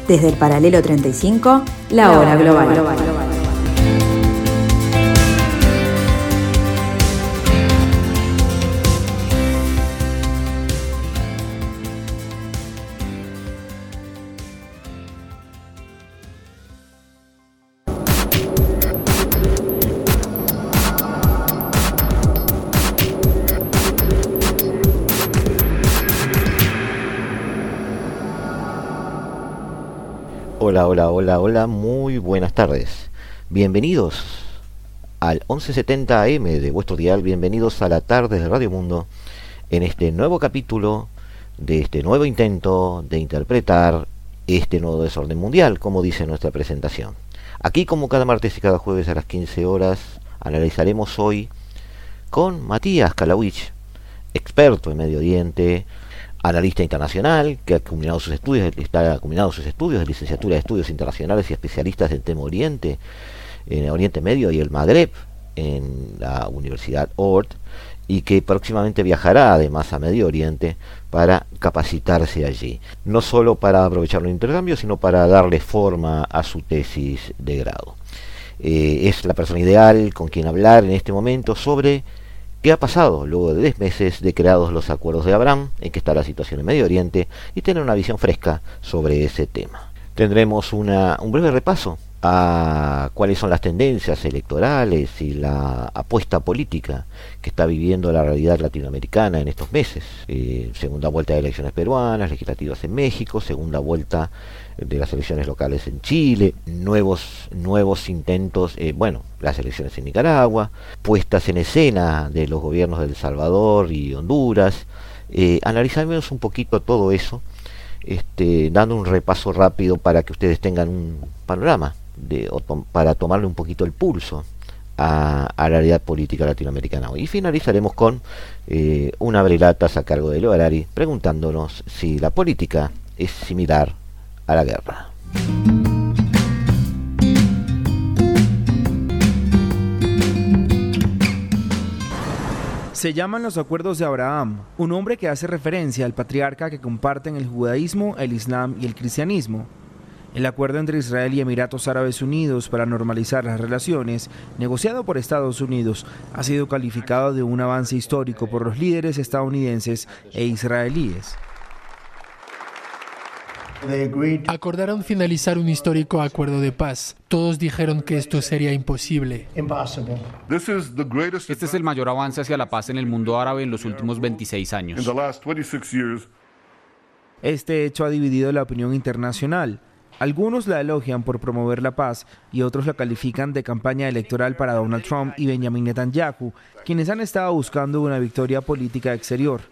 Desde el paralelo 35, la hora global. Hola, muy buenas tardes. Bienvenidos al 1170 AM de vuestro dial, bienvenidos a la tarde de Radio Mundo, en este nuevo capítulo de este nuevo intento de interpretar este nuevo desorden mundial, como dice nuestra presentación. Aquí, como cada martes y cada jueves a las 15 horas, analizaremos hoy con Matías Kalawich, experto en Medio Oriente, analista internacional, que está culminando sus estudios de licenciatura de Estudios Internacionales y especialistas en tema Oriente, en Oriente Medio y el Magreb, en la Universidad Ort, y que próximamente viajará además a Medio Oriente para capacitarse allí, no solo para aprovechar los intercambios, sino para darle forma a su tesis de grado. Es la persona ideal con quien hablar en este momento sobre ¿qué ha pasado luego de 10 meses de creados los acuerdos de Abraham, en que está la situación en Medio Oriente, y tener una visión fresca sobre ese tema? Tendremos un breve repaso a cuáles son las tendencias electorales y la apuesta política que está viviendo la realidad latinoamericana en estos meses. Segunda vuelta de elecciones peruanas, legislativas en México, segunda vuelta de las elecciones locales en Chile, nuevos intentos, las elecciones en Nicaragua, puestas en escena de los gobiernos de El Salvador y Honduras. Analizaremos un poquito todo eso, dando un repaso rápido para que ustedes tengan un panorama para tomarle un poquito el pulso a la realidad política latinoamericana hoy. Y finalizaremos con una brelatas a cargo de Leo Harari, preguntándonos si la política es similar a la guerra. Se llaman los Acuerdos de Abraham, un nombre que hace referencia al patriarca que comparten el judaísmo, el islam y el cristianismo. El acuerdo entre Israel y Emiratos Árabes Unidos para normalizar las relaciones, negociado por Estados Unidos, ha sido calificado de un avance histórico por los líderes estadounidenses e israelíes. Acordaron finalizar un histórico acuerdo de paz. Todos dijeron que esto sería imposible. Este es el mayor avance hacia la paz en el mundo árabe en los últimos 26 años. Este hecho ha dividido la opinión internacional. Algunos la elogian por promover la paz y otros la califican de campaña electoral para Donald Trump y Benjamin Netanyahu, quienes han estado buscando una victoria política exterior.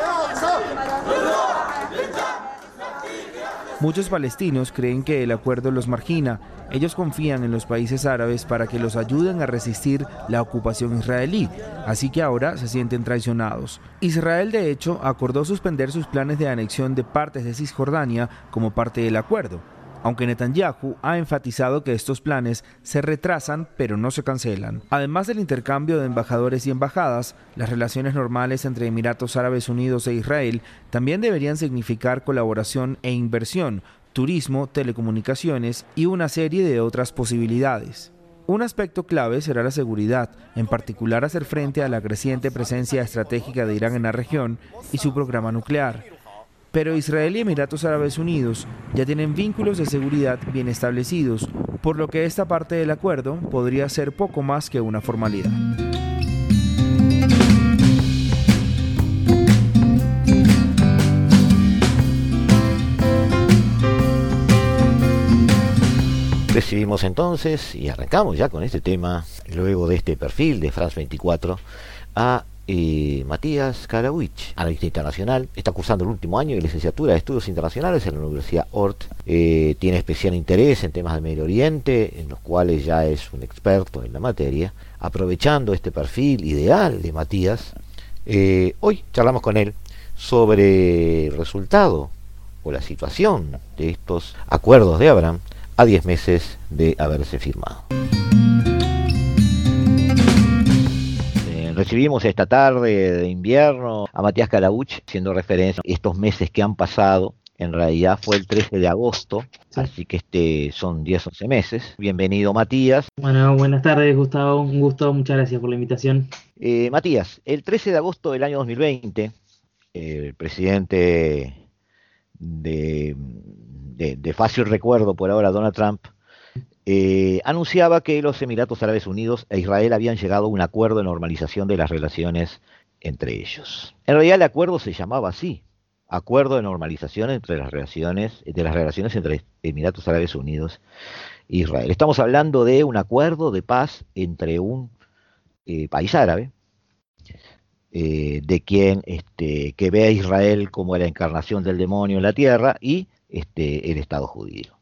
Muchos palestinos creen que el acuerdo los margina. Ellos confían en los países árabes para que los ayuden a resistir la ocupación israelí, así que ahora se sienten traicionados. Israel, de hecho, acordó suspender sus planes de anexión de partes de Cisjordania como parte del acuerdo, aunque Netanyahu ha enfatizado que estos planes se retrasan pero no se cancelan. Además del intercambio de embajadores y embajadas, las relaciones normales entre Emiratos Árabes Unidos e Israel también deberían significar colaboración e inversión, turismo, telecomunicaciones y una serie de otras posibilidades. Un aspecto clave será la seguridad, en particular hacer frente a la creciente presencia estratégica de Irán en la región y su programa nuclear. Pero Israel y Emiratos Árabes Unidos ya tienen vínculos de seguridad bien establecidos, por lo que esta parte del acuerdo podría ser poco más que una formalidad. Recibimos entonces, y arrancamos ya con este tema, luego de este perfil de France 24, a Matías Kalawich, analista internacional, está cursando el último año de licenciatura de Estudios Internacionales en la Universidad Ort, tiene especial interés en temas de Medio Oriente, en los cuales ya es un experto en la materia. Aprovechando este perfil ideal de Matías, hoy charlamos con él sobre el resultado o la situación de estos acuerdos de Abraham a 10 meses de haberse firmado. Recibimos esta tarde de invierno a Matías Kalawich, haciendo referencia a estos meses que han pasado. En realidad fue el 13 de agosto Sí. Así que son 10, 11 meses. Bienvenido, Matías. Bueno, buenas tardes, Gustavo. Un gusto, muchas gracias por la invitación. Matías, el 13 de agosto del año 2020, el presidente de fácil recuerdo por ahora, Donald Trump, anunciaba que los Emiratos Árabes Unidos e Israel habían llegado a un acuerdo de normalización de las relaciones entre ellos. En realidad el acuerdo se llamaba así, Acuerdo de Normalización entre las relaciones entre Emiratos Árabes Unidos e Israel. Estamos hablando de un acuerdo de paz entre un país árabe, que ve a Israel como la encarnación del demonio en la tierra y el Estado judío.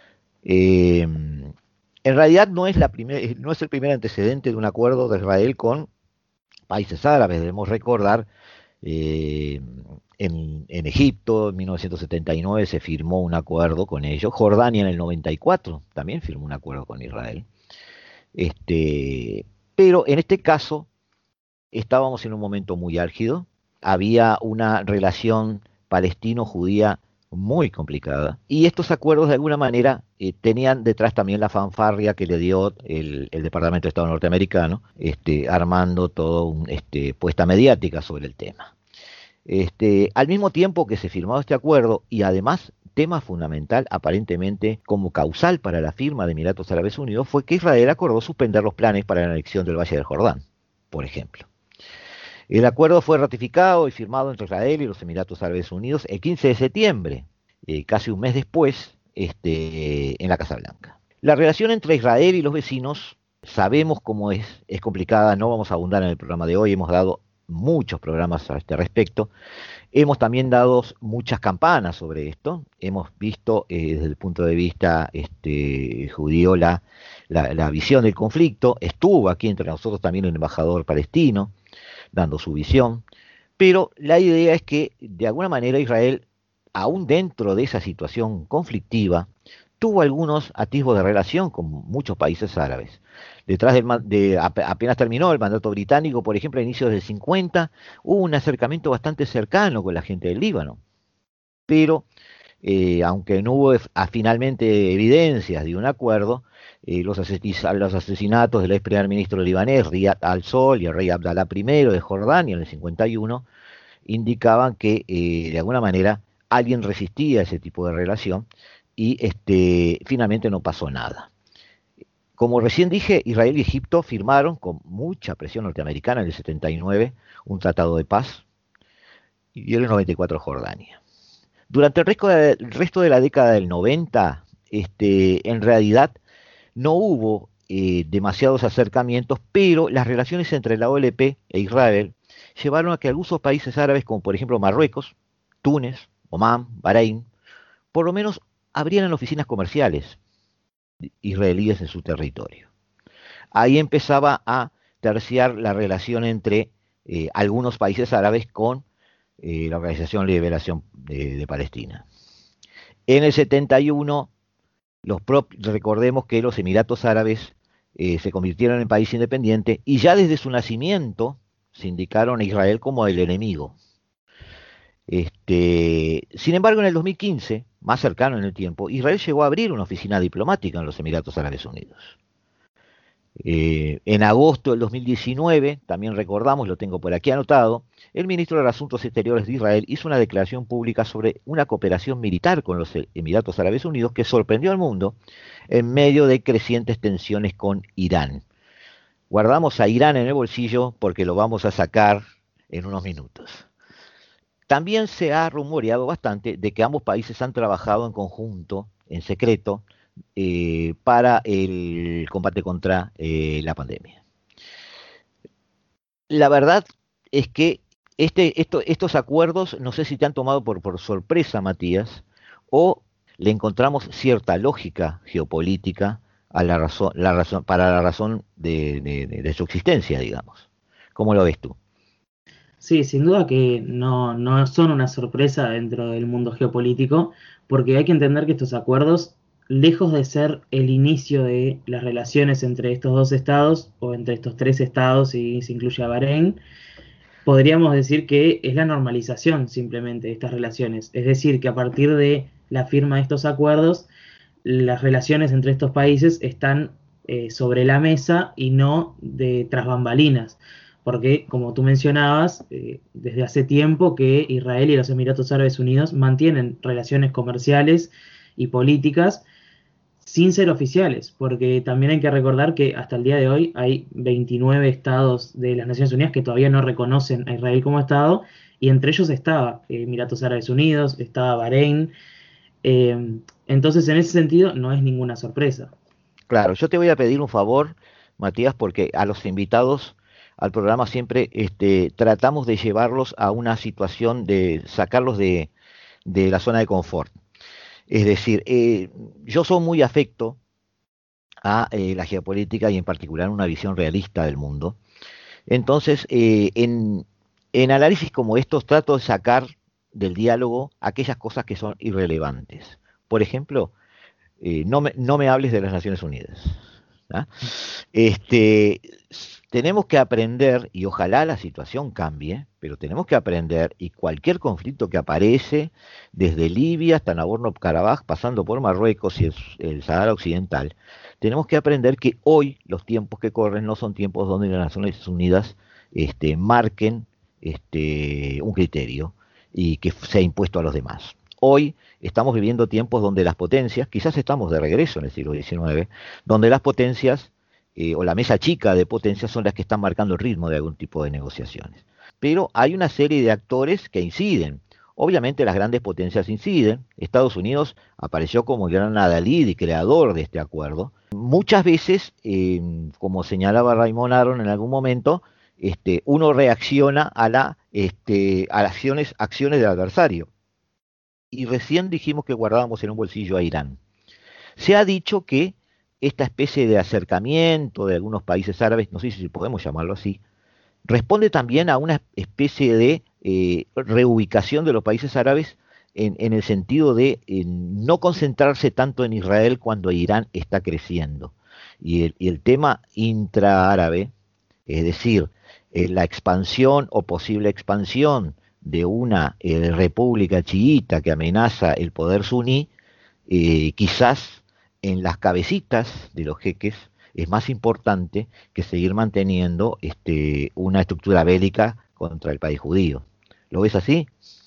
En realidad no es el primer antecedente de un acuerdo de Israel con países árabes. Debemos recordar, en Egipto en 1979 se firmó un acuerdo con ellos. Jordania en el 94 también firmó un acuerdo con Israel. Pero en este caso estábamos en un momento muy álgido. Había una relación palestino-judía muy complicada. Y estos acuerdos de alguna manera tenían detrás también la fanfarria que le dio el Departamento de Estado norteamericano, armando todo puesta mediática sobre el tema. Al mismo tiempo que se firmaba este acuerdo, y además tema fundamental aparentemente como causal para la firma de Emiratos Árabes Unidos, fue que Israel acordó suspender los planes para la anexión del Valle del Jordán, por ejemplo. El acuerdo fue ratificado y firmado entre Israel y los Emiratos Árabes Unidos el 15 de septiembre, casi un mes después, en la Casa Blanca. La relación entre Israel y los vecinos, sabemos cómo es complicada, no vamos a abundar en el programa de hoy, hemos dado muchos programas a este respecto, hemos también dado muchas campanas sobre esto, hemos visto desde el punto de vista judío la visión del conflicto, estuvo aquí entre nosotros también el embajador palestino, dando su visión, pero la idea es que de alguna manera Israel, aún dentro de esa situación conflictiva, tuvo algunos atisbos de relación con muchos países árabes. Apenas terminó el mandato británico, por ejemplo, a inicios del 50, hubo un acercamiento bastante cercano con la gente del Líbano, pero aunque no hubo finalmente evidencias de un acuerdo, los asesinatos del ex primer ministro libanés, Riyad al-Sol, y el rey Abdalá I de Jordania en el 51, indicaban que de alguna manera alguien resistía ese tipo de relación y finalmente no pasó nada. Como recién dije, Israel y Egipto firmaron con mucha presión norteamericana en el 79 un tratado de paz, y en el 94 Jordania. Durante el resto de la década del 90, en realidad no hubo demasiados acercamientos, pero las relaciones entre la OLP e Israel llevaron a que algunos países árabes, como por ejemplo Marruecos, Túnez, Omán, Bahrein, por lo menos abrieran oficinas comerciales israelíes en su territorio. Ahí empezaba a terciar la relación entre algunos países árabes con la Organización de Liberación de Palestina. En el 71, recordemos que los Emiratos Árabes se convirtieron en país independiente y ya desde su nacimiento se indicaron a Israel como el enemigo. Sin embargo, en el 2015, más cercano en el tiempo, Israel llegó a abrir una oficina diplomática en los Emiratos Árabes Unidos. En agosto del 2019, también recordamos, lo tengo por aquí anotado, el ministro de Asuntos Exteriores de Israel hizo una declaración pública sobre una cooperación militar con los Emiratos Árabes Unidos que sorprendió al mundo en medio de crecientes tensiones con Irán. Guardamos a Irán en el bolsillo porque lo vamos a sacar en unos minutos. También se ha rumoreado bastante de que ambos países han trabajado en conjunto, en secreto, para el combate contra la pandemia. La verdad es que estos acuerdos, no sé si te han tomado por sorpresa, Matías, o le encontramos cierta lógica geopolítica a para la razón de su existencia, digamos. ¿Cómo lo ves tú? Sí, sin duda que no son una sorpresa dentro del mundo geopolítico, porque hay que entender que estos acuerdos, lejos de ser el inicio de las relaciones entre estos dos estados, o entre estos tres estados, si se incluye a Bahrein, podríamos decir que es la normalización simplemente de estas relaciones. Es decir, que a partir de la firma de estos acuerdos, las relaciones entre estos países están sobre la mesa y no de tras bambalinas. Porque, como tú mencionabas, desde hace tiempo que Israel y los Emiratos Árabes Unidos mantienen relaciones comerciales y políticas sin ser oficiales, porque también hay que recordar que hasta el día de hoy hay 29 estados de las Naciones Unidas que todavía no reconocen a Israel como estado, y entre ellos estaba Emiratos Árabes Unidos, estaba Bahrein, entonces en ese sentido no es ninguna sorpresa. Claro, yo te voy a pedir un favor, Matías, porque a los invitados al programa siempre tratamos de llevarlos a una situación de sacarlos de la zona de confort. Es decir, yo soy muy afecto a la geopolítica y en particular una visión realista del mundo. Entonces, en análisis como estos trato de sacar del diálogo aquellas cosas que son irrelevantes. Por ejemplo, no me hables de las Naciones Unidas. ¿Ah? Tenemos que aprender, y ojalá la situación cambie, pero tenemos que aprender, y cualquier conflicto que aparece, desde Libia hasta Nagorno-Karabaj, pasando por Marruecos y el Sahara Occidental, tenemos que aprender que hoy los tiempos que corren no son tiempos donde las Naciones Unidas marquen un criterio y que sea impuesto a los demás. Hoy estamos viviendo tiempos donde las potencias, quizás estamos de regreso en el siglo XIX, donde las potencias o la mesa chica de potencias son las que están marcando el ritmo de algún tipo de negociaciones. Pero hay una serie de actores que inciden. Obviamente las grandes potencias inciden. Estados Unidos apareció como el gran adalid y creador de este acuerdo. Muchas veces, como señalaba Raymond Aron en algún momento, uno reacciona a las acciones del adversario. Y recién dijimos que guardábamos en un bolsillo a Irán. Se ha dicho que esta especie de acercamiento de algunos países árabes, no sé si podemos llamarlo así, responde también a una especie de reubicación de los países árabes en el sentido de no concentrarse tanto en Israel cuando Irán está creciendo. Y el tema intraárabe, es decir, la expansión o posible expansión de una república chiita que amenaza el poder suní, quizás en las cabecitas de los jeques es más importante que seguir manteniendo una estructura bélica contra el país judío. ¿Lo ves así?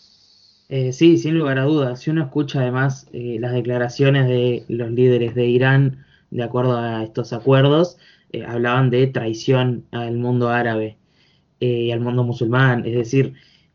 Sí, sin lugar a dudas. Si uno escucha además las declaraciones de los líderes de Irán de acuerdo a estos acuerdos, hablaban de traición al mundo árabe y al mundo musulmán. Es decir,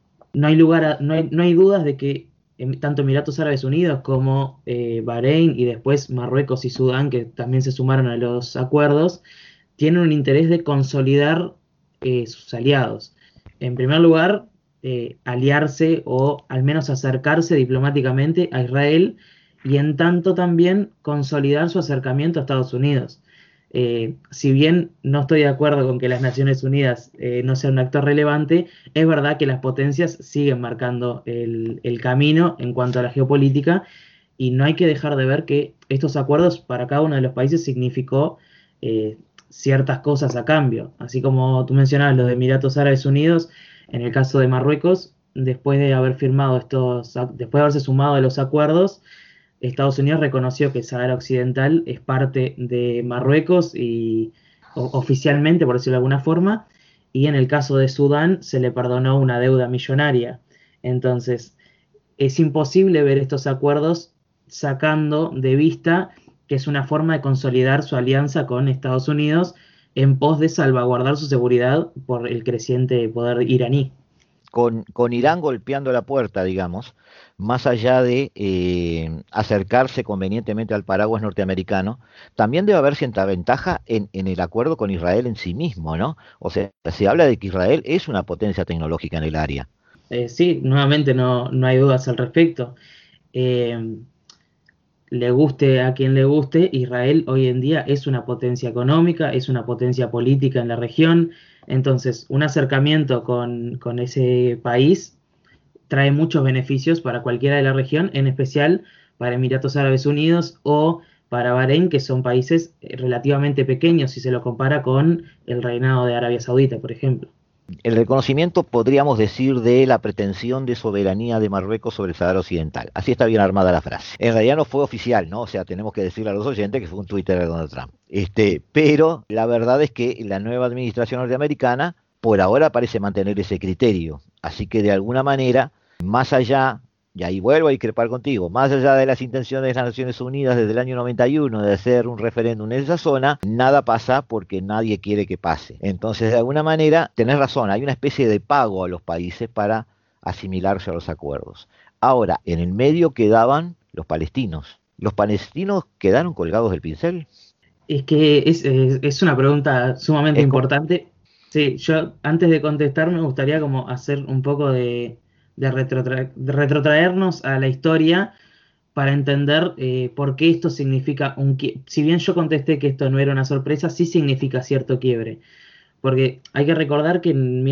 no hay dudas de que tanto Emiratos Árabes Unidos como Bahrein y después Marruecos y Sudán, que también se sumaron a los acuerdos, tienen un interés de consolidar sus aliados. En primer lugar, aliarse o al menos acercarse diplomáticamente a Israel y en tanto también consolidar su acercamiento a Estados Unidos. Si bien no estoy de acuerdo con que las Naciones Unidas no sean un actor relevante, es verdad que las potencias siguen marcando el camino en cuanto a la geopolítica y no hay que dejar de ver que estos acuerdos para cada uno de los países significó ciertas cosas a cambio. Así como tú mencionabas los de Emiratos Árabes Unidos, en el caso de Marruecos, después de haberse sumado a los acuerdos, Estados Unidos reconoció que el Sahara Occidental es parte de Marruecos y oficialmente, por decirlo de alguna forma, y en el caso de Sudán se le perdonó una deuda millonaria. Entonces, es imposible ver estos acuerdos sacando de vista que es una forma de consolidar su alianza con Estados Unidos en pos de salvaguardar su seguridad por el creciente poder iraní. Con Irán golpeando la puerta, digamos, más allá de acercarse convenientemente al paraguas norteamericano, también debe haber cierta ventaja en el acuerdo con Israel en sí mismo, ¿no? O sea, se habla de que Israel es una potencia tecnológica en el área. Sí, nuevamente no hay dudas al respecto. Le guste a quien le guste, Israel hoy en día es una potencia económica, es una potencia política en la región, entonces un acercamiento con ese país trae muchos beneficios para cualquiera de la región, en especial para Emiratos Árabes Unidos o para Bahrein, que son países relativamente pequeños si se lo compara con el reinado de Arabia Saudita, por ejemplo. el reconocimiento, podríamos decir, de la pretensión de soberanía de Marruecos sobre el Sahara Occidental. Así está bien armada la frase. En realidad no fue oficial, ¿no? O sea, tenemos que decirle a los oyentes que fue un Twitter de Donald Trump. Pero la verdad es que la nueva administración norteamericana por ahora parece mantener ese criterio. Así que de alguna manera, más allá, y ahí vuelvo a discrepar contigo, más allá de las intenciones de las Naciones Unidas desde el año 91 de hacer un referéndum en esa zona, nada pasa porque nadie quiere que pase. Entonces, de alguna manera, tenés razón, hay una especie de pago a los países para asimilarse a los acuerdos. Ahora, en el medio quedaban los palestinos. ¿Los palestinos quedaron colgados del pincel? Es que es una pregunta sumamente importante. Sí, yo antes de contestar me gustaría como hacer un poco de retrotraernos a la historia para entender por qué esto significa si bien yo contesté que esto no era una sorpresa, sí significa cierto quiebre. Porque hay que recordar que en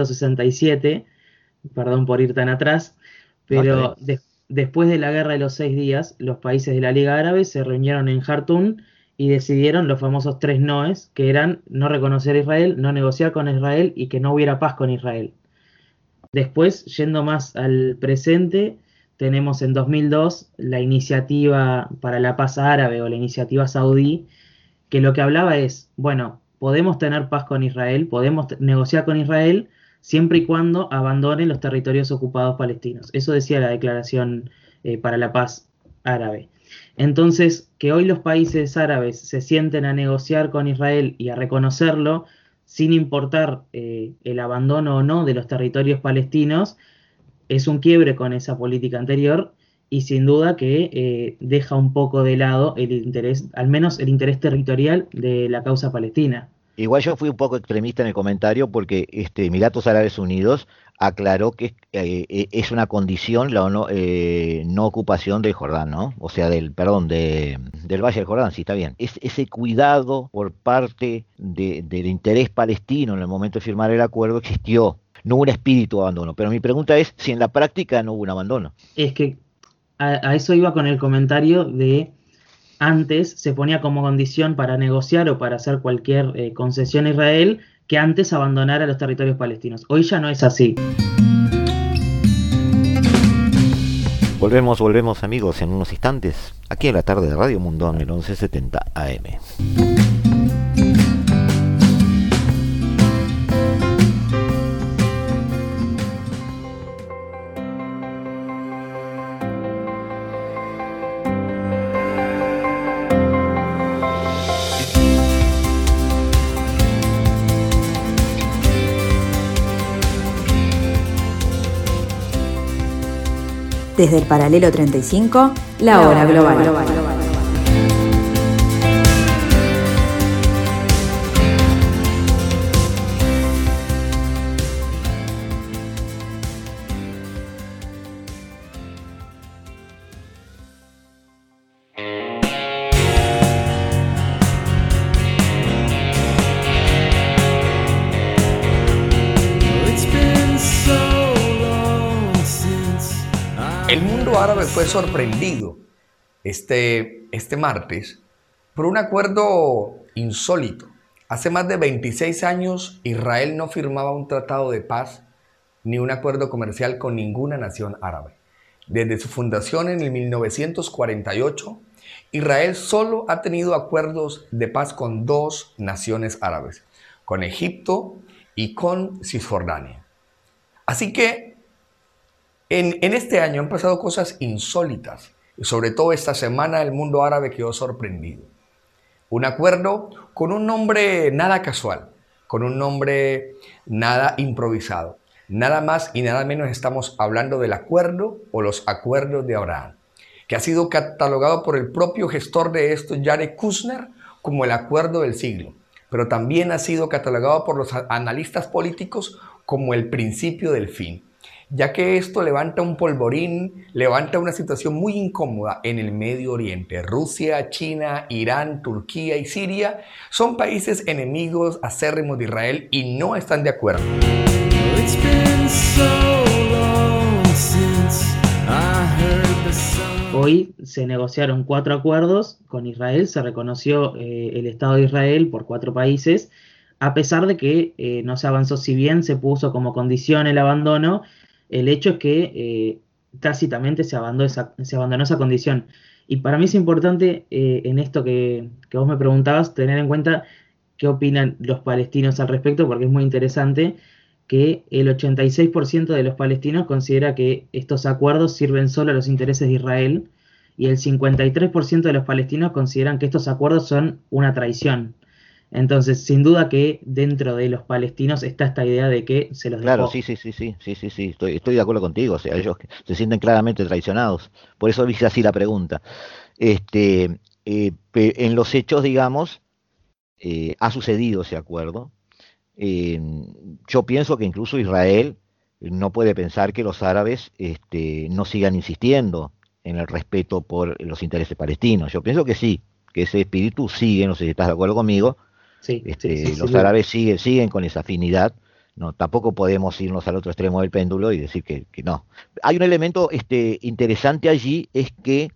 1967, perdón por ir tan atrás, pero después de la Guerra de los 6 días, los países de la Liga Árabe se reunieron en Jartum y decidieron los famosos 3 noes, que eran no reconocer a Israel, no negociar con Israel y que no hubiera paz con Israel. Después, yendo más al presente, tenemos en 2002 la iniciativa para la paz árabe o la iniciativa saudí, que lo que hablaba es, bueno, podemos tener paz con Israel, podemos negociar con Israel, siempre y cuando abandonen los territorios ocupados palestinos. Eso decía la declaración para la paz árabe. Entonces, que hoy los países árabes se sienten a negociar con Israel y a reconocerlo, sin importar el abandono o no de los territorios palestinos, es un quiebre con esa política anterior y sin duda que deja un poco de lado el interés, al menos el interés territorial de la causa palestina. Igual yo fui un poco extremista en el comentario porque Emiratos Árabes Unidos aclaró que es una condición la no ocupación del Jordán, ¿no? O sea, del Valle del Jordán, sí, está bien. Ese cuidado por parte del interés palestino en el momento de firmar el acuerdo existió. No hubo un espíritu de abandono. Pero mi pregunta es si en la práctica no hubo un abandono. Es que a eso iba con el comentario de... Antes se ponía como condición para negociar o para hacer cualquier concesión a Israel que antes abandonara los territorios palestinos. Hoy ya no es así. Volvemos amigos en unos instantes, aquí en la tarde de Radio Mundo en el 1170 AM. Desde el paralelo 35, la hora global. El mundo árabe fue sorprendido este martes por un acuerdo insólito. Hace más de 26 años Israel no firmaba un tratado de paz ni un acuerdo comercial con ninguna nación árabe. Desde su fundación en el 1948, Israel solo ha tenido acuerdos de paz con 2 naciones árabes, con Egipto y con Cisjordania. Así que en este año han pasado cosas insólitas, y sobre todo esta semana el mundo árabe quedó sorprendido. Un acuerdo con un nombre nada casual, con un nombre nada improvisado. Nada más y nada menos estamos hablando del acuerdo o los acuerdos de Abraham, que ha sido catalogado por el propio gestor de esto, Jared Kushner, como el acuerdo del siglo, pero también ha sido catalogado por los analistas políticos como el principio del fin, ya que esto levanta un polvorín, levanta una situación muy incómoda en el Medio Oriente. Rusia, China, Irán, Turquía y Siria son países enemigos acérrimos de Israel y no están de acuerdo. Hoy se negociaron 4 acuerdos con Israel, se reconoció el Estado de Israel por 4 países, a pesar de que no se avanzó, si bien se puso como condición el abandono, el hecho es que tácitamente se abandonó esa condición. Y para mí es importante en esto que vos me preguntabas, tener en cuenta qué opinan los palestinos al respecto, porque es muy interesante que el 86% de los palestinos considera que estos acuerdos sirven solo a los intereses de Israel y el 53% de los palestinos consideran que estos acuerdos son una traición. Entonces, sin duda que dentro de los palestinos está esta idea de que se los Claro, dejó. sí, estoy de acuerdo contigo, o sea, ellos se sienten claramente traicionados, por eso hice así la pregunta. En los hechos, digamos, ha sucedido ese acuerdo. Eh, yo pienso que incluso Israel no puede pensar que los árabes no sigan insistiendo en el respeto por los intereses palestinos. Yo pienso que sí, que ese espíritu sigue, no sé si estás de acuerdo conmigo. Sí, sin Los duda. árabes siguen con esa afinidad. No, tampoco podemos irnos al otro extremo del péndulo y decir que no. Hay un elemento interesante allí, es que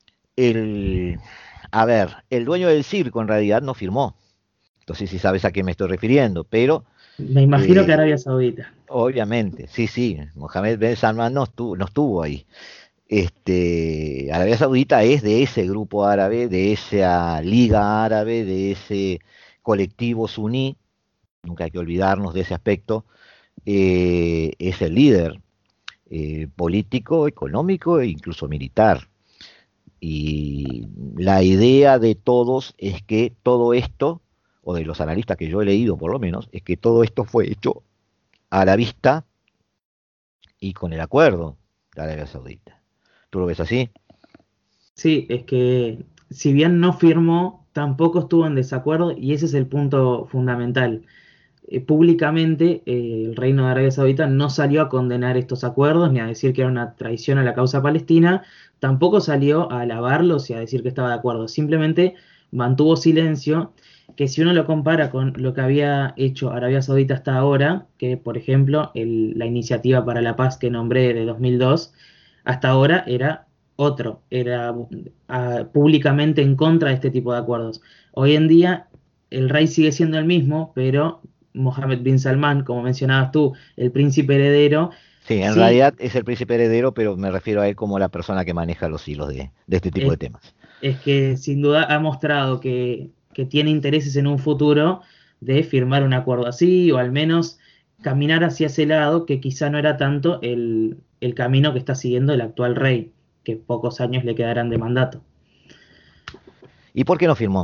el, a ver, el dueño del circo en realidad no firmó. Entonces, si sabes a qué me estoy refiriendo, pero Me imagino que eh, Arabia Saudita. obviamente, sí, Mohamed Ben Salman no estuvo ahí. Arabia Saudita es de ese grupo árabe, de esa liga árabe, de ese colectivo suní, nunca hay que olvidarnos de ese aspecto, es el líder político, económico e incluso militar. Y la idea de todos es que todo esto, o de los analistas que yo he leído por lo menos, es que todo esto fue hecho a la vista y con el acuerdo de Arabia Saudita. ¿Tú lo ves así? Sí, es que si bien no firmó, tampoco estuvo en desacuerdo y ese es el punto fundamental. Públicamente, el Reino de Arabia Saudita no salió a condenar estos acuerdos ni a decir que era una traición a la causa palestina, tampoco salió a alabarlos y a decir que estaba de acuerdo, simplemente mantuvo silencio, que si uno lo compara con lo que había hecho Arabia Saudita hasta ahora, que por ejemplo la iniciativa para la paz que nombré de 2002, hasta ahora era otro, era públicamente en contra de este tipo de acuerdos. Hoy en día el rey sigue siendo el mismo, pero Mohammed bin Salman, como mencionabas tú, el príncipe heredero, Sí, en sí, realidad es el príncipe heredero, pero me refiero a él como la persona que maneja los hilos de este tipo de es, temas. es que sin duda ha mostrado que tiene intereses en un futuro de firmar un acuerdo así, o al menos caminar hacia ese lado, que quizá no era tanto el camino que está siguiendo el actual rey, que pocos años le quedarán de mandato. ¿Y por qué no firmó?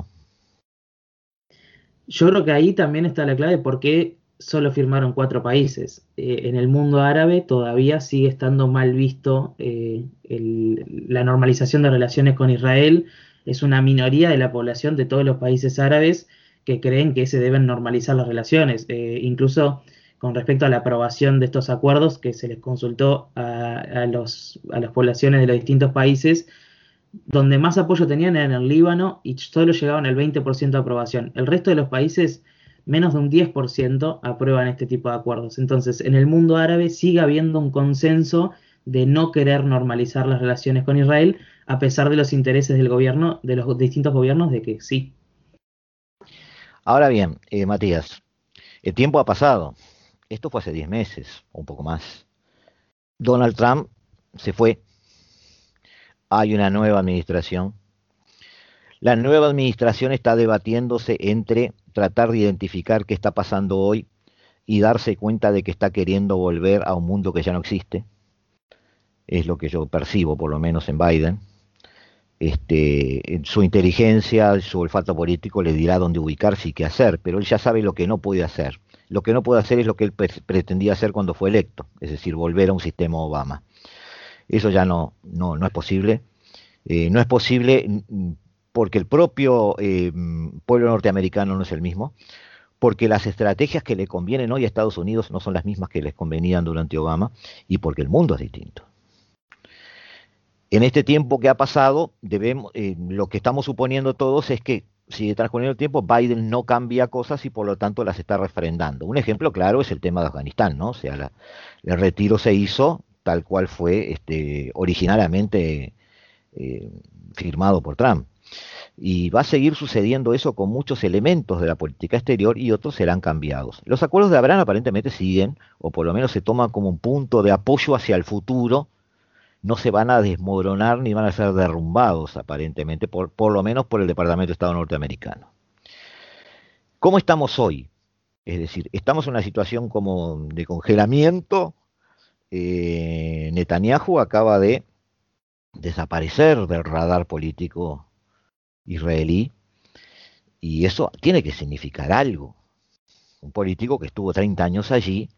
Yo creo que ahí también está la clave por qué solo firmaron 4 países. En el mundo árabe todavía sigue estando mal visto la normalización de relaciones con Israel. Es una minoría de la población de todos los países árabes que creen que se deben normalizar las relaciones. Incluso con respecto a la aprobación de estos acuerdos que se les consultó a las poblaciones de los distintos países, donde más apoyo tenían era en el Líbano y solo llegaban al 20% de aprobación. El resto de los países, menos de un 10% aprueban este tipo de acuerdos. Entonces, en el mundo árabe sigue habiendo un consenso de no querer normalizar las relaciones con Israel, a pesar de los intereses del gobierno, de los distintos gobiernos, de que sí. Ahora bien, Matías, el tiempo ha pasado. Esto fue hace 10 meses o un poco más. Donald Trump se fue. Hay una nueva administración. La nueva administración está debatiéndose entre tratar de identificar qué está pasando hoy y darse cuenta de que está queriendo volver a un mundo que ya no existe. Es lo que yo percibo, por lo menos en Biden. Su inteligencia, su olfato político le dirá dónde ubicarse y qué hacer, pero él ya sabe lo que no puede hacer. Lo que no puede hacer es lo que él pretendía hacer cuando fue electo, es decir, volver a un sistema Obama. Eso ya no es posible. No es posible porque el propio pueblo norteamericano no es el mismo, porque las estrategias que le convienen hoy a Estados Unidos no son las mismas que les convenían durante Obama, y porque el mundo es distinto. En este tiempo que ha pasado, lo que estamos suponiendo todos es que sigue transcurriendo el tiempo, Biden no cambia cosas y por lo tanto las está refrendando. Un ejemplo claro es el tema de Afganistán, ¿no? O sea, el retiro se hizo tal cual fue originariamente firmado por Trump. Y va a seguir sucediendo eso con muchos elementos de la política exterior y otros serán cambiados. Los acuerdos de Abraham aparentemente siguen, o por lo menos se toman como un punto de apoyo hacia el futuro. No se van a desmoronar ni van a ser derrumbados aparentemente, por lo menos por el Departamento de Estado norteamericano. ¿Cómo estamos hoy? Es decir, estamos en una situación como de congelamiento. Netanyahu acaba de desaparecer del radar político israelí y eso tiene que significar algo. Un político que estuvo 30 años allí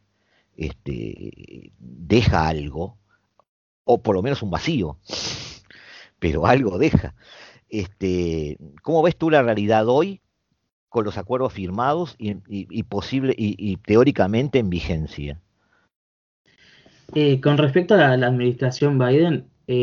deja algo, o por lo menos un vacío, pero algo deja. ¿Cómo ves tú la realidad hoy con los acuerdos firmados y posible y teóricamente en vigencia? Con respecto a la administración Biden,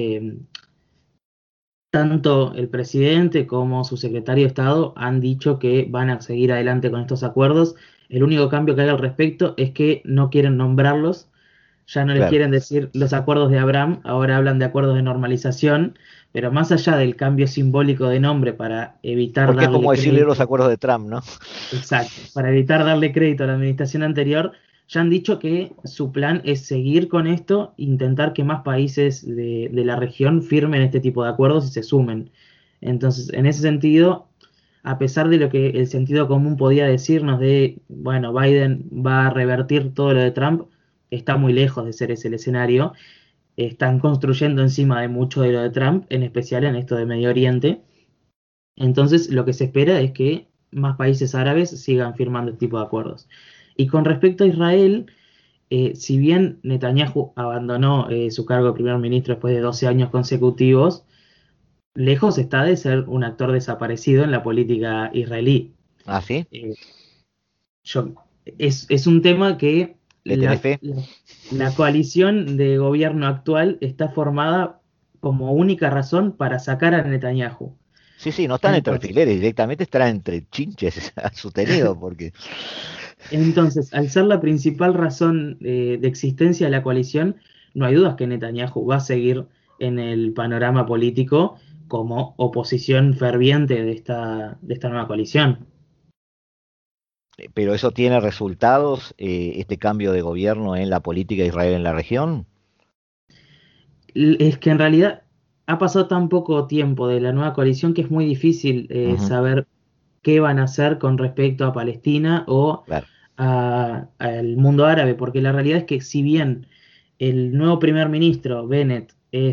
tanto el presidente como su secretario de Estado han dicho que van a seguir adelante con estos acuerdos. El único cambio que hay al respecto es que no quieren nombrarlos, ya no les Claro. quieren decir los acuerdos de Abraham, ahora hablan de acuerdos de normalización, pero más allá del cambio simbólico de nombre para evitar Porque es darle como decirle los crédito, acuerdos de Trump, ¿no? exacto, para evitar darle crédito a la administración anterior, ya han dicho que su plan es seguir con esto, intentar que más países de la región firmen este tipo de acuerdos y se sumen. Entonces, en ese sentido, a pesar de lo que el sentido común podía decirnos de, bueno, Biden va a revertir todo lo de Trump, está muy lejos de ser ese el escenario. Están construyendo encima de mucho de lo de Trump, en especial en esto de Medio Oriente. Entonces, lo que se espera es que más países árabes sigan firmando este tipo de acuerdos. Y con respecto a Israel, si bien Netanyahu abandonó su cargo de primer ministro después de 12 años consecutivos, lejos está de ser un actor desaparecido en la política israelí. ¿Ah, sí? Yo, es un tema que ¿Le tenés fe? la coalición de gobierno actual está formada como única razón para sacar a Netanyahu. Sí, sí, no están entre Entonces, alfileres, directamente están entre chinches sostenidos, porque entonces, al ser la principal razón de existencia de la coalición, no hay dudas que Netanyahu va a seguir en el panorama político como oposición ferviente de esta nueva coalición. pero eso tiene resultados, este cambio de gobierno en la política de Israel en la región. Es que en realidad ha pasado tan poco tiempo de la nueva coalición que es muy difícil Ujú, saber qué van a hacer con respecto a Palestina o claro. al mundo árabe, porque la realidad es que si bien el nuevo primer ministro, Bennett,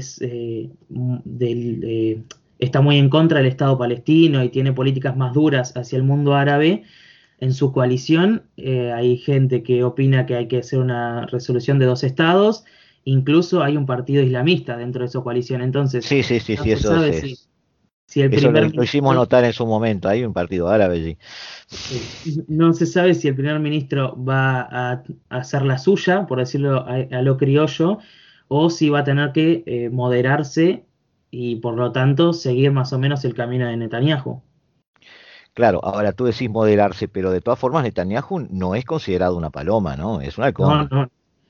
está muy en contra del Estado palestino y tiene políticas más duras hacia el mundo árabe, en su coalición hay gente que opina que hay que hacer una resolución de dos estados, incluso hay un partido islamista dentro de su coalición, entonces Sí, sí, sí, no sí, se sabe si el eso primer lo hicimos ministro notar en su momento, hay un partido árabe allí. no se sabe si el primer ministro va a hacer la suya, por decirlo a lo criollo, o si va a tener que moderarse y por lo tanto seguir más o menos el camino de Netanyahu. Claro, ahora tú decís moderarse, pero de todas formas Netanyahu no es considerado una paloma, ¿no? Es un No, halcón. no,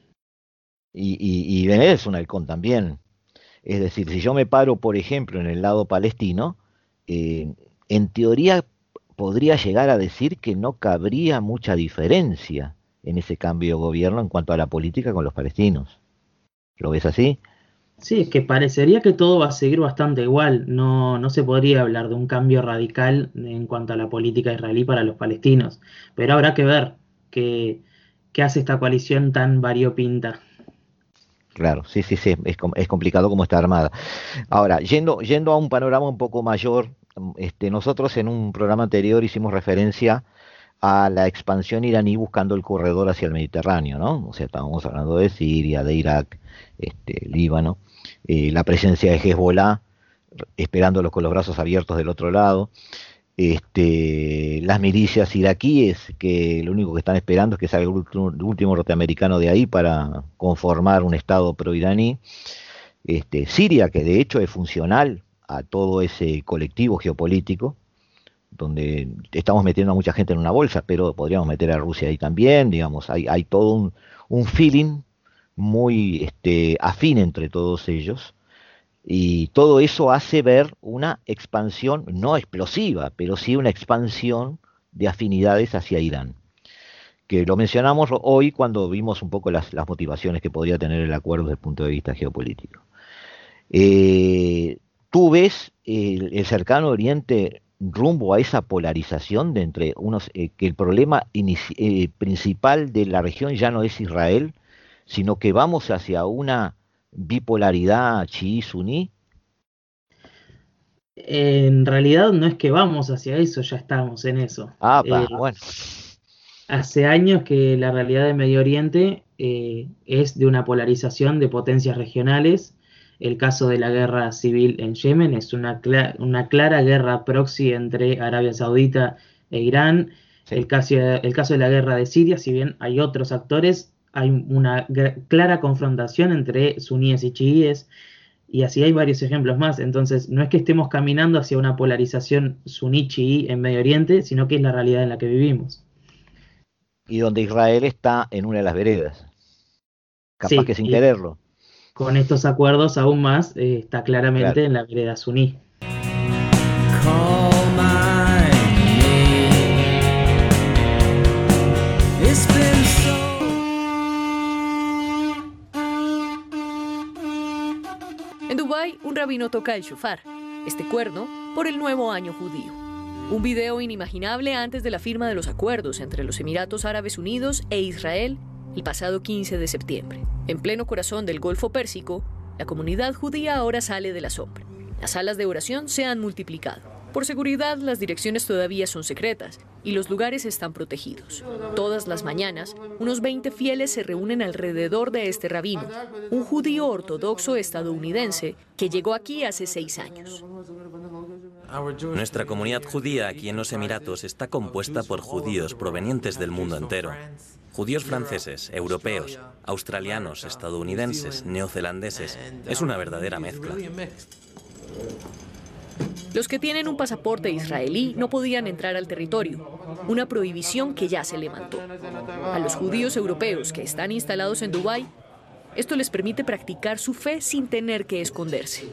Y Benet es un halcón también. Es decir, si yo me paro, por ejemplo, en el lado palestino, en teoría podría llegar a decir que no cabría mucha diferencia en ese cambio de gobierno en cuanto a la política con los palestinos. ¿Lo ves así? sí, es que parecería que todo va a seguir bastante igual. No, no se podría hablar de un cambio radical en cuanto a la política israelí para los palestinos. Pero habrá que ver qué hace esta coalición tan variopinta. Claro, sí, sí, sí, es complicado como está armada. Ahora, yendo a un panorama un poco mayor, nosotros en un programa anterior hicimos referencia a la expansión iraní buscando el corredor hacia el Mediterráneo, ¿no? O sea, estábamos hablando de Siria, de Irak, Líbano, la presencia de Hezbollah, esperándolos con los brazos abiertos del otro lado, las milicias iraquíes, que lo único que están esperando es que salga el último norteamericano de ahí para conformar un estado pro-iraní, Siria, que de hecho es funcional a todo ese colectivo geopolítico, donde estamos metiendo a mucha gente en una bolsa, pero podríamos meter a Rusia ahí también, digamos, hay todo un feeling muy afín entre todos ellos, Y todo eso hace ver una expansión, no explosiva, pero sí una expansión de afinidades hacia Irán, que lo mencionamos hoy cuando vimos un poco las motivaciones que podría tener el acuerdo desde el punto de vista geopolítico. Eh, ¿Tú ves el cercano Oriente rumbo a esa polarización de entre unos, que el problema principal de la región ya no es Israel, sino que vamos hacia una bipolaridad chií-suní? En realidad no es que vamos hacia eso, ya estamos en eso. Bueno. Hace años que la realidad de Medio Oriente es de una polarización de potencias regionales. El caso de la guerra civil en Yemen es una clara guerra proxy entre Arabia Saudita e Irán. Sí. El caso de la guerra de Siria, si bien hay otros actores, hay una clara confrontación entre suníes y chiíes, y así hay varios ejemplos más. Entonces, no es que estemos caminando hacia una polarización suní-chií en Medio Oriente, sino que es la realidad en la que vivimos. Y donde Israel está en una de las veredas, capaz Sí, que sin quererlo. Con estos acuerdos aún más está claramente en la vereda suní. En Dubái, un rabino toca el shofar, este cuerno, por el nuevo año judío. Un video inimaginable antes de la firma de los acuerdos entre los Emiratos Árabes Unidos e Israel el pasado 15 de septiembre. En pleno corazón del Golfo Pérsico, la comunidad judía ahora sale de la sombra. Las salas de oración se han multiplicado. Por seguridad, las direcciones todavía son secretas y los lugares están protegidos. Todas las mañanas, unos 20 fieles se reúnen alrededor de este rabino, un judío ortodoxo estadounidense que llegó aquí hace 6 años. Nuestra comunidad judía aquí en los Emiratos está compuesta por judíos provenientes del mundo entero. Judíos franceses, europeos, australianos, estadounidenses, neozelandeses. Es una verdadera mezcla. Los que tienen un pasaporte israelí no podían entrar al territorio, una prohibición que ya se levantó. A los judíos europeos que están instalados en Dubái, esto les permite practicar su fe sin tener que esconderse.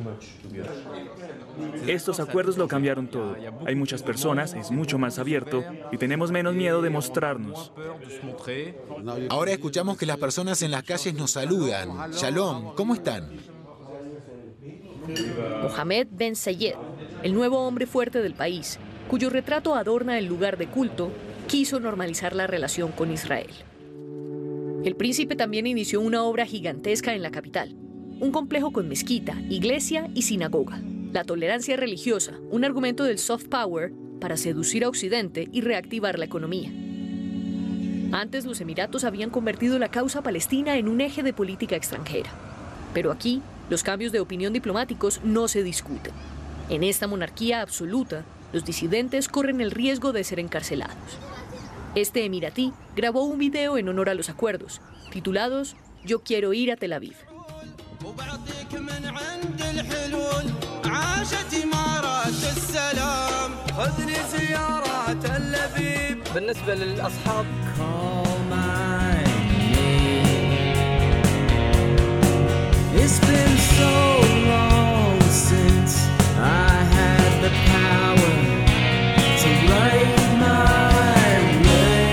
Estos acuerdos lo cambiaron todo. Hay muchas personas, es mucho más abierto y tenemos menos miedo de mostrarnos. Ahora escuchamos que las personas en las calles nos saludan. Shalom, ¿cómo están? Mohamed Ben Sayed, el nuevo hombre fuerte del país, cuyo retrato adorna el lugar de culto, quiso normalizar la relación con Israel. El príncipe también inició una obra gigantesca en la capital, un complejo con mezquita, iglesia y sinagoga. La tolerancia religiosa, un argumento del soft power para seducir a Occidente y reactivar la economía. Antes los Emiratos habían convertido la causa palestina en un eje de política extranjera. Pero aquí, los cambios de opinión diplomáticos no se discuten. En esta monarquía absoluta, los disidentes corren el riesgo de ser encarcelados. Este emiratí grabó un video en honor a los acuerdos, titulados Yo quiero ir a Tel Aviv. It's been so long since I had the power to write my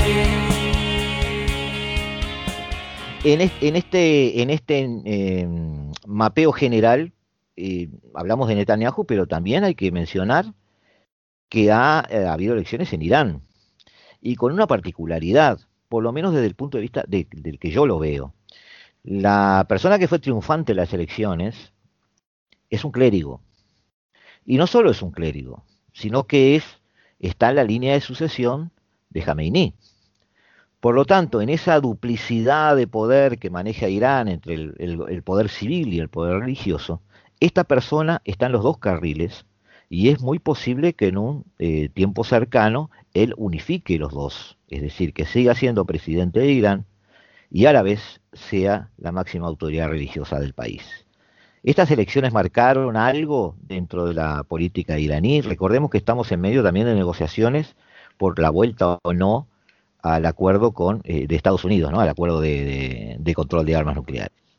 way. En este mapeo general, hablamos de Netanyahu, pero también hay que mencionar que ha habido elecciones en Irán, y con una particularidad, por lo menos desde el punto de vista del que yo lo veo. La persona que fue triunfante en las elecciones es un clérigo. Y no solo es un clérigo, sino que está en la línea de sucesión de Jameiní. Por lo tanto, en esa duplicidad de poder que maneja Irán entre el poder civil y el poder religioso, esta persona está en los dos carriles y es muy posible que en un tiempo cercano él unifique los dos, es decir, que siga siendo presidente de Irán y a la vez sea la máxima autoridad religiosa del país. Estas elecciones marcaron algo dentro de la política iraní. Recordemos que estamos en medio también de negociaciones por la vuelta o no al acuerdo de Estados Unidos, ¿no? Al acuerdo de control de armas nucleares.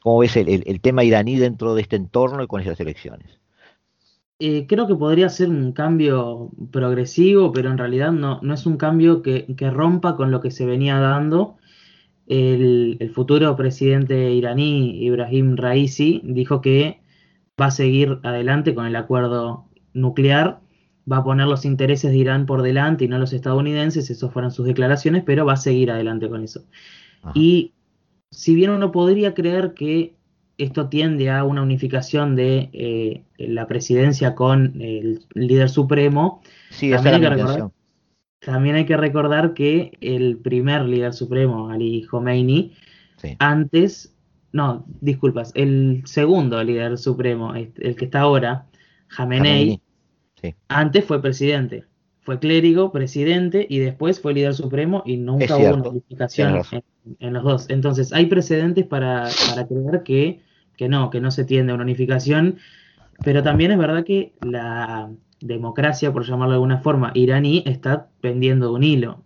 ¿Cómo ves el tema iraní dentro de este entorno y con esas elecciones? Creo que podría ser un cambio progresivo, pero en realidad no es un cambio que rompa con lo que se venía dando. El futuro presidente iraní, Ibrahim Raisi, dijo que va a seguir adelante con el acuerdo nuclear, va a poner los intereses de Irán por delante y no los estadounidenses, esas fueron sus declaraciones, pero va a seguir adelante con eso. Ajá. Y si bien uno podría creer que esto tiende a una unificación de la presidencia con el líder supremo, Sí, esa también era hay mi que intención. también hay que recordar que el primer líder supremo, Ali Khomeini, Sí. no, disculpas, el segundo líder supremo, el que está ahora, Jamenei, Jamenei, sí. antes fue presidente, fue clérigo, presidente y después fue líder supremo y Es nunca hubo una cierto, tienes unificación razón. en los dos. Entonces hay precedentes para creer que no se tiende a una unificación, pero también es verdad que la democracia, por llamarlo de alguna forma, iraní está pendiendo de un hilo.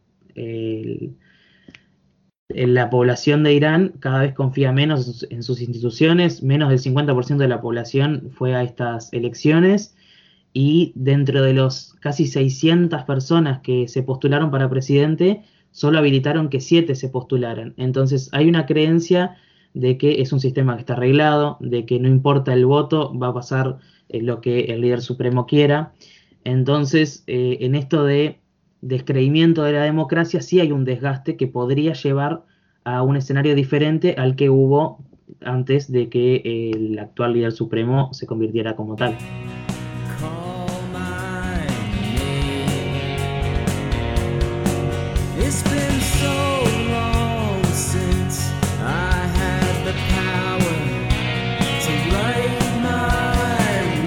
La población de Irán cada vez confía menos en sus instituciones, menos del 50% de la población fue a estas elecciones y dentro de los casi 600 personas que se postularon para presidente, solo habilitaron que 7 se postularan. Entonces hay una creencia de que es un sistema que está arreglado, de que no importa el voto, va a pasar lo que el líder supremo quiera. Entonces, en esto de descreimiento de la democracia, sí hay un desgaste que podría llevar a un escenario diferente al que hubo antes de que el actual líder supremo se convirtiera como tal. It's been so long since I had the power to write my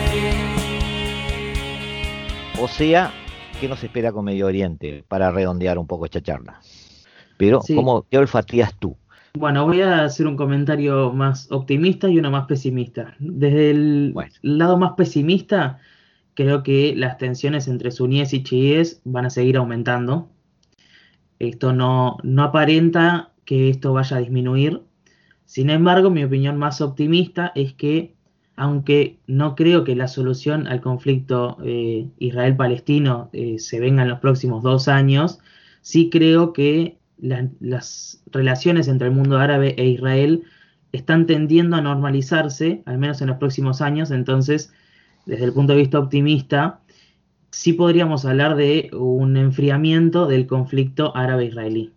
way. O sea, ¿qué nos espera con Medio Oriente? Para redondear un poco esta charla. Pero, Sí. ¿qué olfateas tú? Bueno, voy a hacer un comentario más optimista y uno más pesimista. Desde el Bueno. lado más pesimista, creo que las tensiones entre suníes y chiíes van a seguir aumentando. Esto no aparenta que esto vaya a disminuir. Sin embargo, mi opinión más optimista es que, aunque no creo que la solución al conflicto Israel-Palestino se venga en los próximos 2 años, sí creo que las relaciones entre el mundo árabe e Israel están tendiendo a normalizarse, al menos en los próximos años. Entonces, desde el punto de vista optimista, sí podríamos hablar de un enfriamiento del conflicto árabe-israelí.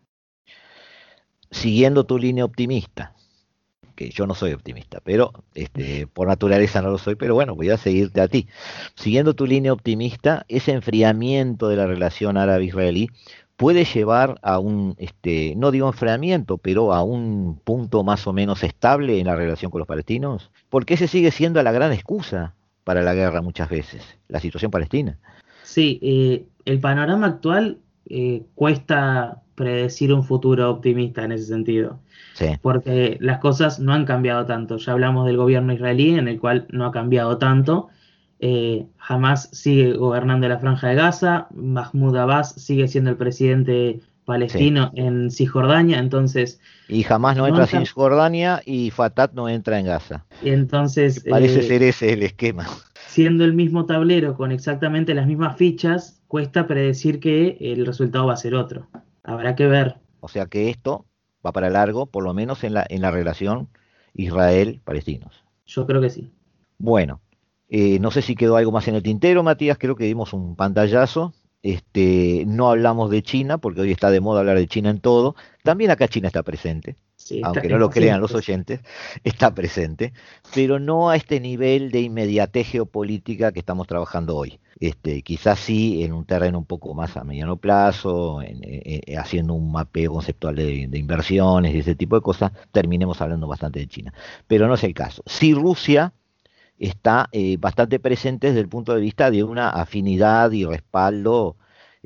Siguiendo tu línea optimista, que yo no soy optimista, pero por naturaleza no lo soy, pero bueno, voy a seguirte a ti. Siguiendo tu línea optimista, ese enfriamiento de la relación árabe-israelí puede llevar a un, no digo enfriamiento, pero a un punto más o menos estable en la relación con los palestinos, porque ese sigue siendo la gran excusa para la guerra muchas veces, la situación palestina. Sí, el panorama actual cuesta predecir un futuro optimista en ese sentido, Sí. porque las cosas no han cambiado tanto. Ya hablamos del gobierno israelí, en el cual no ha cambiado tanto. Hamas sigue gobernando la Franja de Gaza, Mahmoud Abbas sigue siendo el presidente palestino en Cisjordania, entonces Y jamás no no entra han a cam- Cisjordania y Fatah no entra en Gaza. entonces Parece ser ese el esquema. siendo el mismo tablero con exactamente las mismas fichas, cuesta predecir que el resultado va a ser otro. Habrá que ver. O sea que esto va para largo, por lo menos en la relación Israel-Palestinos. Yo creo que sí. Bueno, no sé si quedó algo más en el tintero, Matías, creo que dimos un pantallazo. No hablamos de China, porque hoy está de moda hablar de China en todo. También acá China está presente, Sí, aunque no lo crean los siempre. oyentes, está presente, pero no a este nivel de inmediatez geopolítica que estamos trabajando hoy. Quizás sí en un terreno un poco más a mediano plazo, haciendo un mapeo conceptual de inversiones y ese tipo de cosas, terminemos hablando bastante de China. Pero no es el caso. Sí, Rusia está bastante presente desde el punto de vista de una afinidad y respaldo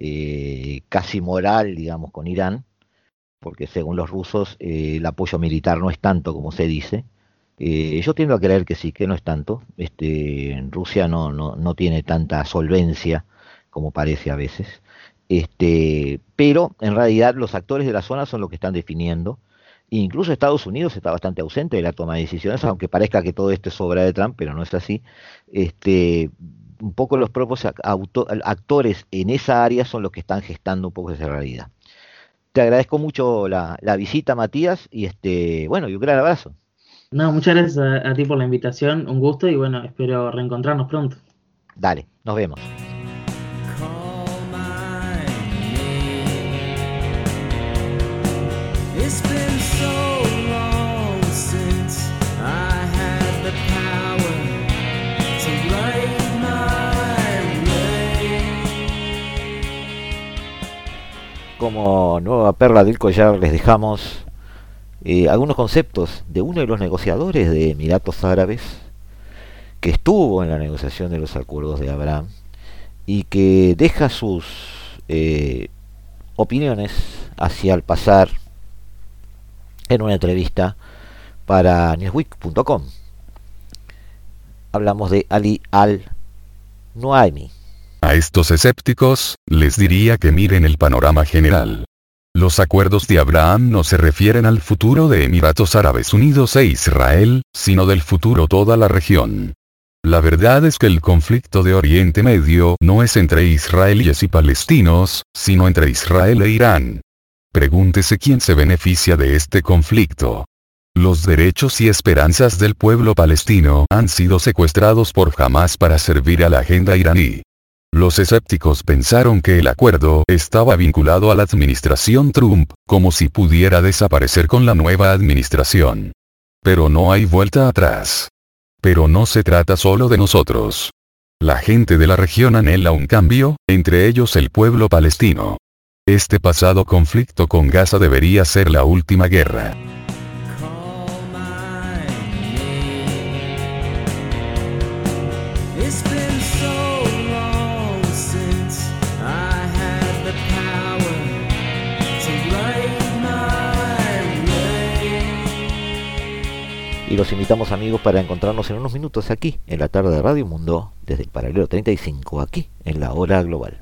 casi moral, digamos, con Irán, porque según los rusos el apoyo militar no es tanto como se dice. Yo tiendo a creer que sí, que no es tanto. Rusia no tiene tanta solvencia como parece a veces. Pero en realidad los actores de la zona son los que están definiendo Incluso Estados Unidos está bastante ausente de la toma de decisiones, aunque parezca que todo esto es obra de Trump, pero no es así. Un poco los propios actores en esa área son los que están gestando un poco esa realidad. Te agradezco mucho la visita, Matías, y y un gran abrazo. No, muchas gracias a ti por la invitación, un gusto y bueno, espero reencontrarnos pronto. Dale, nos vemos. It's been so long since I had the power to write my way. Como nueva perla del collar les dejamos algunos conceptos de uno de los negociadores de Emiratos Árabes que estuvo en la negociación de los acuerdos de Abraham y que deja sus opiniones hacia el pasar en una entrevista para Newsweek.com. Hablamos de Ali al-Nuaimi. A estos escépticos, les diría que miren el panorama general. Los acuerdos de Abraham no se refieren al futuro de Emiratos Árabes Unidos e Israel, sino del futuro toda la región. La verdad es que el conflicto de Oriente Medio no es entre israelíes y palestinos, sino entre Israel e Irán. Pregúntese quién se beneficia de este conflicto. Los derechos y esperanzas del pueblo palestino han sido secuestrados por Hamás para servir a la agenda iraní. Los escépticos pensaron que el acuerdo estaba vinculado a la administración Trump, como si pudiera desaparecer con la nueva administración. Pero no hay vuelta atrás. Pero no se trata solo de nosotros. La gente de la región anhela un cambio, entre ellos el pueblo palestino. Este pasado conflicto con Gaza debería ser la última guerra. Y los invitamos, amigos, para encontrarnos en unos minutos aquí, en la tarde de Radio Mundo, desde el paralelo 35, aquí, en la hora global.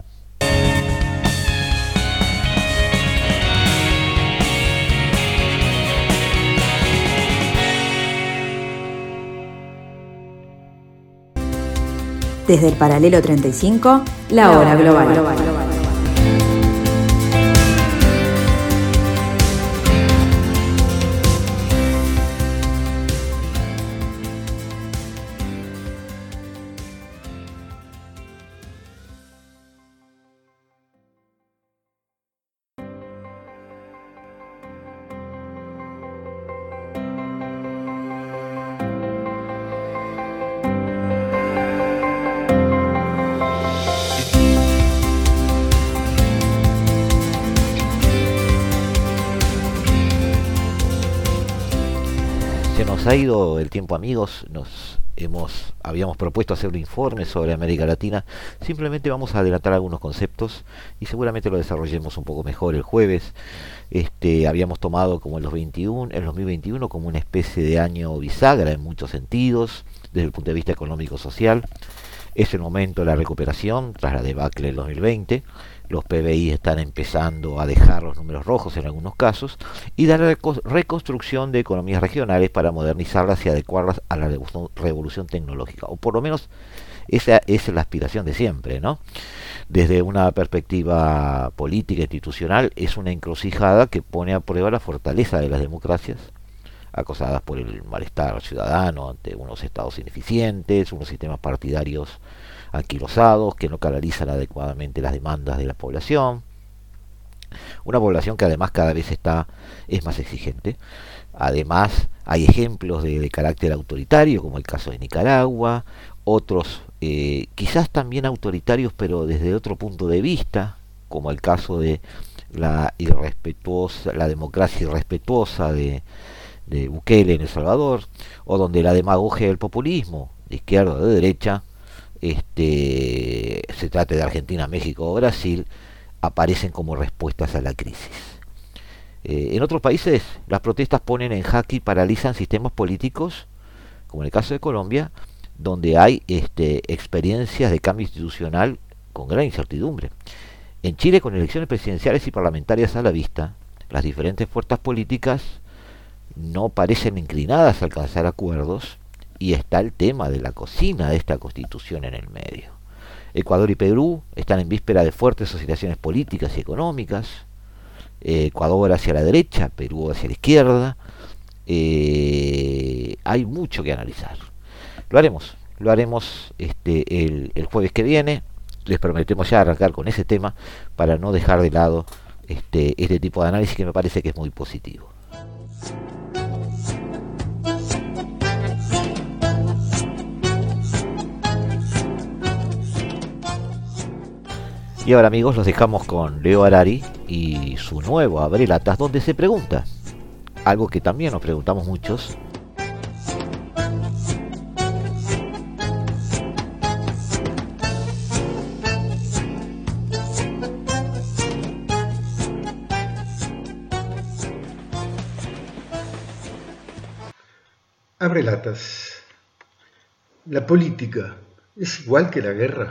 Desde el paralelo 35, la hora global. Ha ido el tiempo, amigos. Habíamos propuesto hacer un informe sobre América Latina. Simplemente vamos a adelantar algunos conceptos y seguramente lo desarrollemos un poco mejor el jueves. Habíamos tomado como el 2021 como una especie de año bisagra en muchos sentidos, desde el punto de vista económico-social. Es el momento de la recuperación tras la debacle del 2020. Los PBI están empezando a dejar los números rojos en algunos casos y dar la reconstrucción de economías regionales para modernizarlas y adecuarlas a la revolución tecnológica, o por lo menos esa es la aspiración de siempre, ¿no? Desde una perspectiva política e institucional es una encrucijada que pone a prueba la fortaleza de las democracias, acosadas por el malestar ciudadano ante unos estados ineficientes, unos sistemas partidarios anquilosados que no canalizan adecuadamente las demandas de la población, una población que además cada vez es más exigente. Además hay ejemplos de carácter autoritario, como el caso de Nicaragua, otros quizás también autoritarios pero desde otro punto de vista, como el caso de la democracia irrespetuosa de Bukele en El Salvador, o donde la demagogia del populismo, de izquierda o de derecha, se trate de Argentina, México o Brasil, aparecen como respuestas a la crisis. En otros países las protestas ponen en jaque y paralizan sistemas políticos, como en el caso de Colombia, donde hay experiencias de cambio institucional con gran incertidumbre. En Chile, con elecciones presidenciales y parlamentarias a la vista, las diferentes fuerzas políticas no parecen inclinadas a alcanzar acuerdos, y está el tema de la cocina de esta constitución en el medio. Ecuador y Perú están en víspera de fuertes oscilaciones políticas y económicas. Ecuador hacia la derecha, Perú hacia la izquierda. Hay mucho que analizar. Lo haremos el jueves que viene. Les prometemos ya arrancar con ese tema para no dejar de lado este tipo de análisis que me parece que es muy positivo. Y ahora, amigos, los dejamos con Leo Harari y su nuevo Abre Latas, donde se pregunta algo que también nos preguntamos muchos. Abre Latas. ¿La política es igual que la guerra?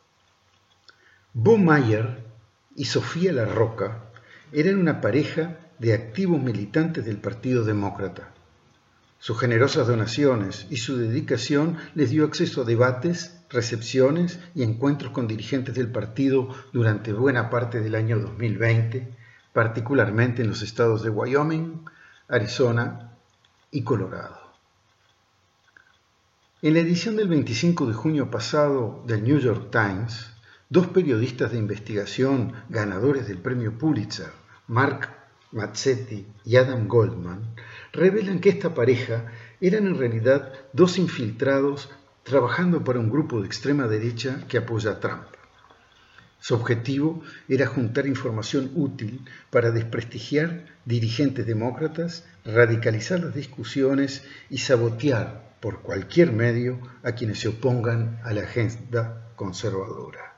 Bo Mayer y Sofía La Roca eran una pareja de activos militantes del Partido Demócrata. Sus generosas donaciones y su dedicación les dio acceso a debates, recepciones y encuentros con dirigentes del partido durante buena parte del año 2020, particularmente en los estados de Wyoming, Arizona y Colorado. En la edición del 25 de junio pasado del New York Times, dos periodistas de investigación ganadores del premio Pulitzer, Mark Mazzetti y Adam Goldman, revelan que esta pareja eran en realidad dos infiltrados trabajando para un grupo de extrema derecha que apoya a Trump. Su objetivo era juntar información útil para desprestigiar dirigentes demócratas, radicalizar las discusiones y sabotear por cualquier medio a quienes se opongan a la agenda conservadora.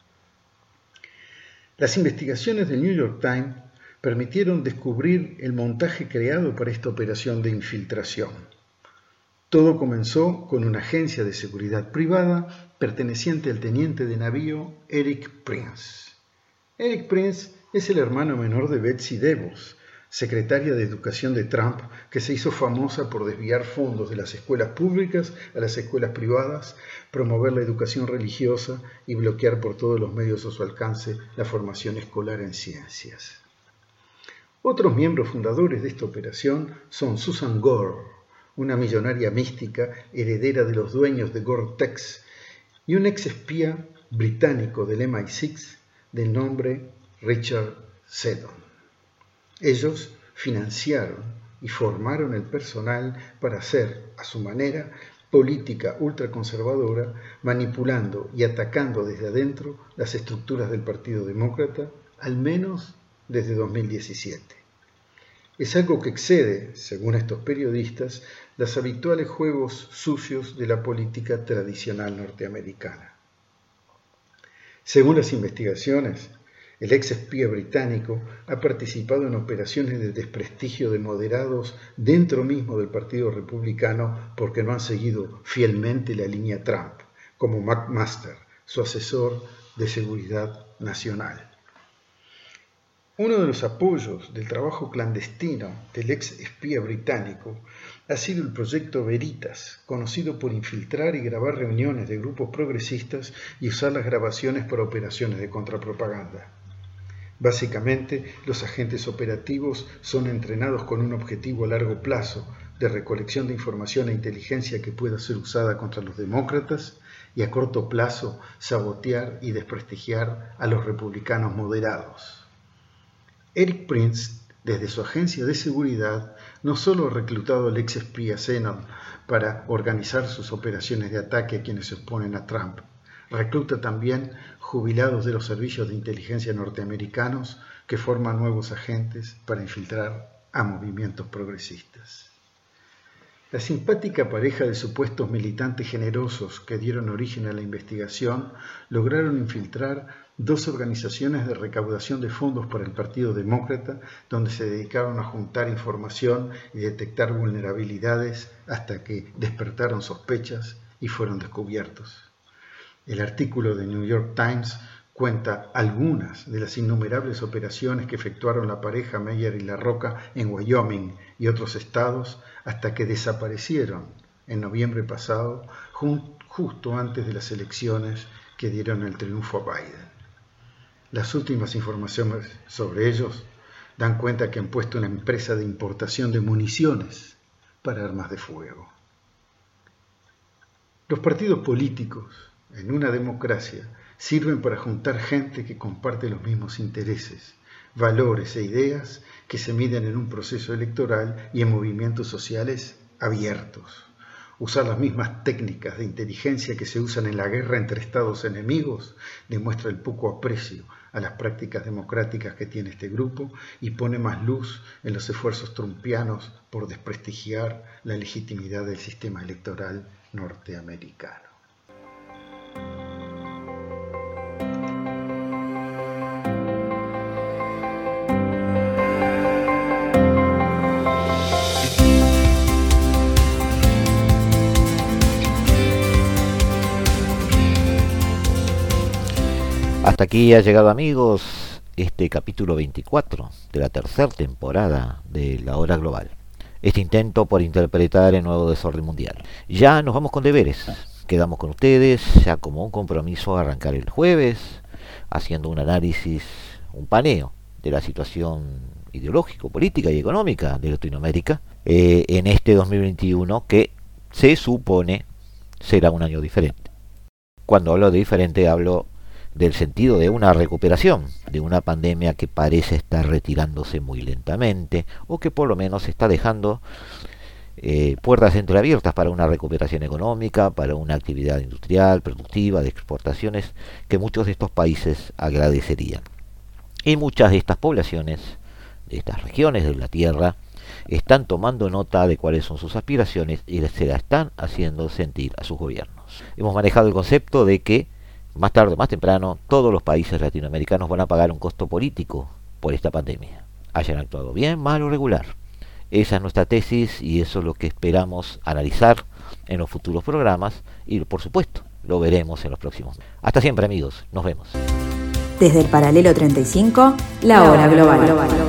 Las investigaciones del New York Times permitieron descubrir el montaje creado para esta operación de infiltración. Todo comenzó con una agencia de seguridad privada perteneciente al teniente de navío Erik Prince. Erik Prince es el hermano menor de Betsy DeVos, secretaria de Educación de Trump, que se hizo famosa por desviar fondos de las escuelas públicas a las escuelas privadas, promover la educación religiosa y bloquear por todos los medios a su alcance la formación escolar en ciencias. Otros miembros fundadores de esta operación son Susan Gore, una millonaria mística heredera de los dueños de Gore-Tex, y un ex espía británico del MI6 de nombre Richard Seddon. Ellos financiaron y formaron el personal para hacer, a su manera, política ultraconservadora, manipulando y atacando desde adentro las estructuras del Partido Demócrata, al menos desde 2017. Es algo que excede, según estos periodistas, los habituales juegos sucios de la política tradicional norteamericana. Según las investigaciones, el ex espía británico ha participado en operaciones de desprestigio de moderados dentro mismo del Partido Republicano porque no han seguido fielmente la línea Trump, como McMaster, su asesor de seguridad nacional. Uno de los apoyos del trabajo clandestino del ex espía británico ha sido el proyecto Veritas, conocido por infiltrar y grabar reuniones de grupos progresistas y usar las grabaciones para operaciones de contrapropaganda. Básicamente, los agentes operativos son entrenados con un objetivo a largo plazo de recolección de información e inteligencia que pueda ser usada contra los demócratas y a corto plazo sabotear y desprestigiar a los republicanos moderados. Erik Prince, desde su agencia de seguridad, no solo ha reclutado al ex espía Seddon para organizar sus operaciones de ataque a quienes se oponen a Trump, recluta también jubilados de los servicios de inteligencia norteamericanos que forman nuevos agentes para infiltrar a movimientos progresistas. La simpática pareja de supuestos militantes generosos que dieron origen a la investigación lograron infiltrar dos organizaciones de recaudación de fondos para el Partido Demócrata, donde se dedicaron a juntar información y detectar vulnerabilidades hasta que despertaron sospechas y fueron descubiertos. El artículo de New York Times cuenta algunas de las innumerables operaciones que efectuaron la pareja Meyer y La Roca en Wyoming y otros estados hasta que desaparecieron en noviembre pasado, justo antes de las elecciones que dieron el triunfo a Biden. Las últimas informaciones sobre ellos dan cuenta que han puesto una empresa de importación de municiones para armas de fuego. Los partidos políticos, en una democracia, sirven para juntar gente que comparte los mismos intereses, valores e ideas que se miden en un proceso electoral y en movimientos sociales abiertos. Usar las mismas técnicas de inteligencia que se usan en la guerra entre estados enemigos demuestra el poco aprecio a las prácticas democráticas que tiene este grupo y pone más luz en los esfuerzos trumpianos por desprestigiar la legitimidad del sistema electoral norteamericano. Hasta aquí ha llegado, amigos, este capítulo 24 de la tercera temporada de La Hora Global. Este intento por interpretar el nuevo desorden mundial. Ya nos vamos con deberes. Quedamos con ustedes, ya como un compromiso, a arrancar el jueves, haciendo un análisis, un paneo de la situación ideológico, política y económica de Latinoamérica en este 2021 que se supone será un año diferente. Cuando hablo de diferente hablo del sentido de una recuperación de una pandemia que parece estar retirándose muy lentamente o que por lo menos está dejando puertas entreabiertas para una recuperación económica, para una actividad industrial, productiva, de exportaciones que muchos de estos países agradecerían. Y muchas de estas poblaciones, de estas regiones de la Tierra, están tomando nota de cuáles son sus aspiraciones y se la están haciendo sentir a sus gobiernos. Hemos manejado el concepto de que más tarde o más temprano todos los países latinoamericanos van a pagar un costo político por esta pandemia, hayan actuado bien, mal o regular. Esa es nuestra tesis y eso es lo que esperamos analizar en los futuros programas y por supuesto lo veremos en los próximos. Hasta siempre, amigos, nos vemos. Desde el paralelo 35, La Hora Global.